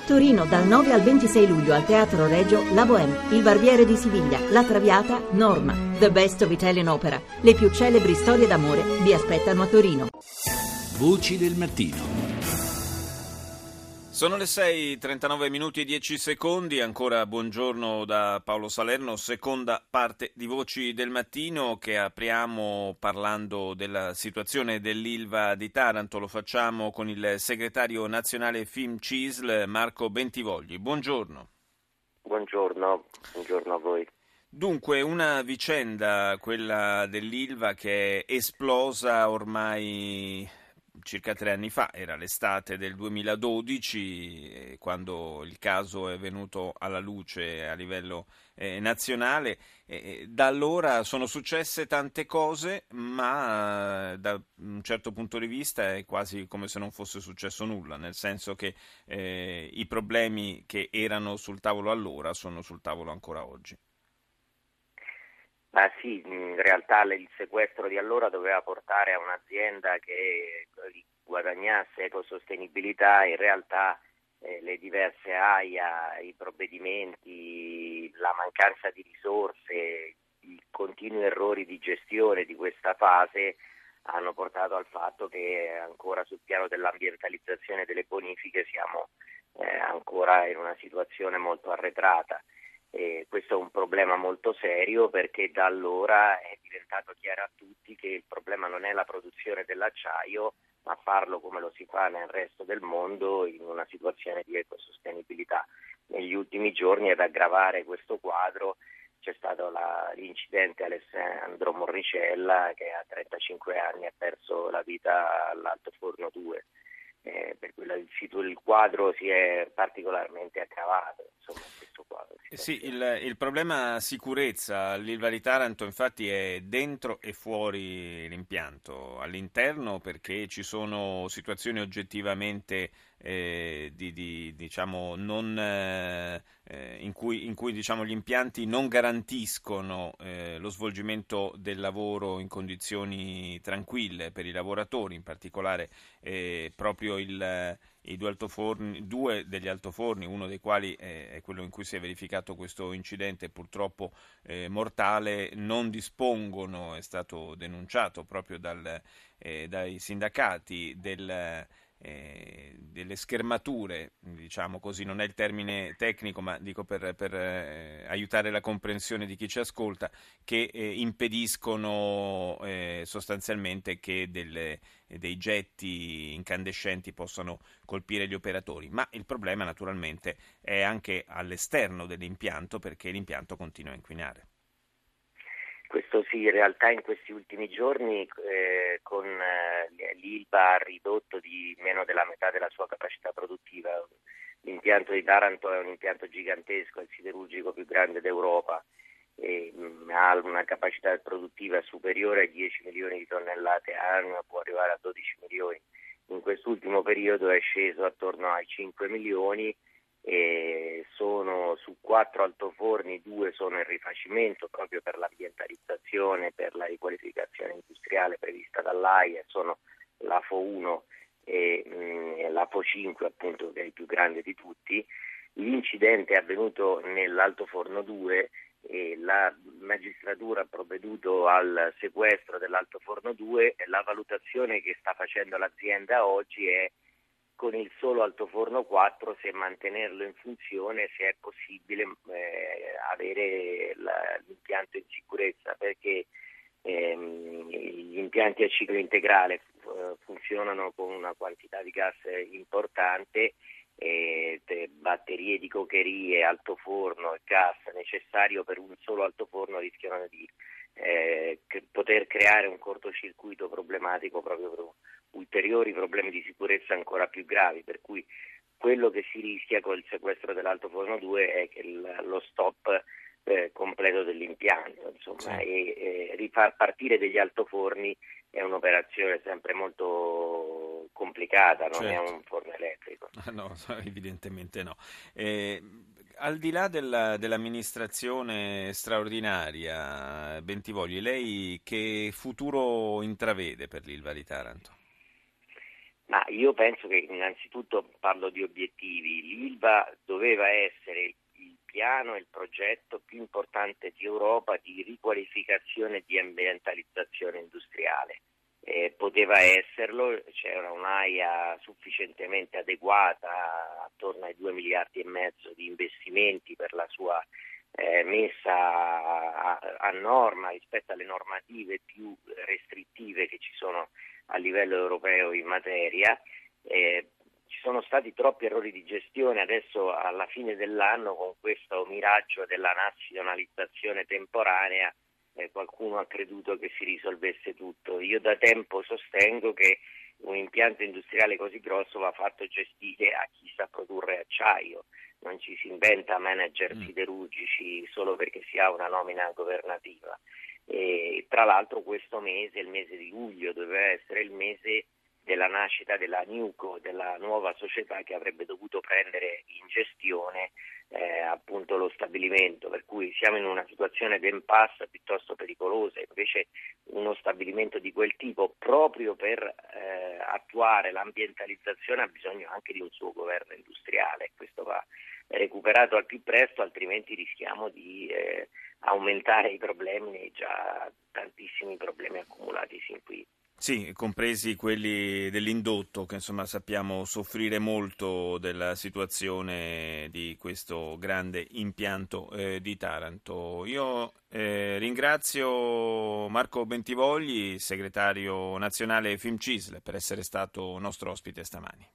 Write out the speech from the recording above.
Torino dal 9 al 26 luglio al Teatro Regio La Bohème, Il Barbiere di Siviglia, La Traviata, Norma. The Best of Italian Opera. Le più celebri storie d'amore vi aspettano a Torino. Voci del mattino. Sono le 6:39 minuti e 10 secondi, ancora buongiorno da Paolo Salerno, seconda parte di Voci del Mattino che apriamo parlando della situazione dell'Ilva di Taranto. Lo facciamo con il segretario nazionale FIMCISL Marco Bentivogli. Buongiorno. Buongiorno a voi. Dunque, una vicenda, quella dell'Ilva, che è esplosa ormai circa 3 anni fa, era l'estate del 2012, quando il caso è venuto alla luce a livello nazionale. Da allora sono successe tante cose, ma da un certo punto di vista è quasi come se non fosse successo nulla, nel senso che i problemi che erano sul tavolo allora sono sul tavolo ancora oggi. Ma sì, in realtà il sequestro di allora doveva portare a un'azienda che guadagnasse ecosostenibilità. In realtà le diverse AIA, i provvedimenti, la mancanza di risorse, i continui errori di gestione di questa fase hanno portato al fatto che ancora sul piano dell'ambientalizzazione delle bonifiche siamo ancora in una situazione molto arretrata. Questo è un problema molto serio, perché da allora è diventato chiaro a tutti che il problema non è la produzione dell'acciaio, ma farlo come lo si fa nel resto del mondo in una situazione di ecosostenibilità. Negli ultimi giorni, ad aggravare questo quadro, c'è stato l'incidente Alessandro Morricella, che a 35 anni ha perso la vita all'Altoforno 2. Per cui il quadro si è particolarmente aggravato. Insomma, questo quadro sì, il problema sicurezza all'Ilva di Taranto infatti è dentro e fuori l'impianto. All'interno perché ci sono situazioni oggettivamente diciamo non in cui diciamo gli impianti non garantiscono lo svolgimento del lavoro in condizioni tranquille per i lavoratori, in particolare proprio i due degli altoforni, uno dei quali è quello in cui si è verificato questo incidente purtroppo mortale, non dispongono, è stato denunciato proprio dai sindacati delle schermature, diciamo così, non è il termine tecnico, ma dico per aiutare la comprensione di chi ci ascolta, che impediscono sostanzialmente che dei getti incandescenti possano colpire gli operatori. Ma il problema naturalmente è anche all'esterno dell'impianto, perché l'impianto continua a inquinare. Questo sì, in realtà in questi ultimi giorni con l'Ilva ha ridotto di meno della metà della sua capacità produttiva. L'impianto di Taranto è un impianto gigantesco, è il siderurgico più grande d'Europa, e ha una capacità produttiva superiore ai 10 milioni di tonnellate annue, può arrivare a 12 milioni. In quest'ultimo periodo è sceso attorno ai 5 milioni. E sono su 4 altoforni, 2 sono in rifacimento proprio per l'ambientalizzazione, per la riqualificazione industriale prevista dall'AIA, sono l'AFO 1 e l'AFO 5, appunto, che è il più grande di tutti. L'incidente è avvenuto nell'altoforno 2 e la magistratura ha provveduto al sequestro dell'altoforno 2 e la valutazione che sta facendo l'azienda oggi è, con il solo altoforno 4, se mantenerlo in funzione, se è possibile avere l'impianto in sicurezza, perché gli impianti a ciclo integrale funzionano con una quantità di gas importante, batterie di cokerie, altoforno e gas necessario per un solo altoforno rischiano di poter creare un cortocircuito problematico proprio per ulteriori problemi di sicurezza ancora più gravi, per cui quello che si rischia con il sequestro dell'altoforno 2 è che lo stop completo dell'impianto, insomma, sì. E rifar partire degli altoforni è un'operazione sempre molto complicata, non è un forno elettrico. No, evidentemente no. Al di là dell'amministrazione straordinaria, Bentivogli, lei che futuro intravede per l'Ilva di Taranto? Ma io penso che innanzitutto parlo di obiettivi. L'Ilva doveva essere il piano e il progetto più importante di Europa di riqualificazione e di ambientalizzazione industriale. Poteva esserlo, c'era un'AIA sufficientemente adeguata, attorno ai 2 miliardi e mezzo di investimenti per la sua messa a norma rispetto alle normative più restrittive che ci sono a livello europeo in materia. Ci sono stati troppi errori di gestione. Adesso alla fine dell'anno, con questo miraggio della nazionalizzazione temporanea, qualcuno ha creduto che si risolvesse tutto. Io da tempo sostengo che un impianto industriale così grosso va fatto gestire a chi sa produrre acciaio. Non ci si inventa manager siderurgici solo perché si ha una nomina governativa. E tra l'altro questo mese, il mese di luglio, doveva essere il mese della nascita della Newco, della nuova società che avrebbe dovuto prendere in gestione appunto lo stabilimento, per cui siamo in una situazione d'impasse piuttosto pericolosa. Invece uno stabilimento di quel tipo, proprio per attuare l'ambientalizzazione, ha bisogno anche di un suo governo industriale. Questo va recuperato al più presto, altrimenti rischiamo di aumentare i problemi nei già tantissimi problemi accumulati sin qui. Sì, compresi quelli dell'indotto, che insomma sappiamo soffrire molto della situazione di questo grande impianto di Taranto. Io ringrazio Marco Bentivogli, segretario nazionale FIMCISL, per essere stato nostro ospite stamani.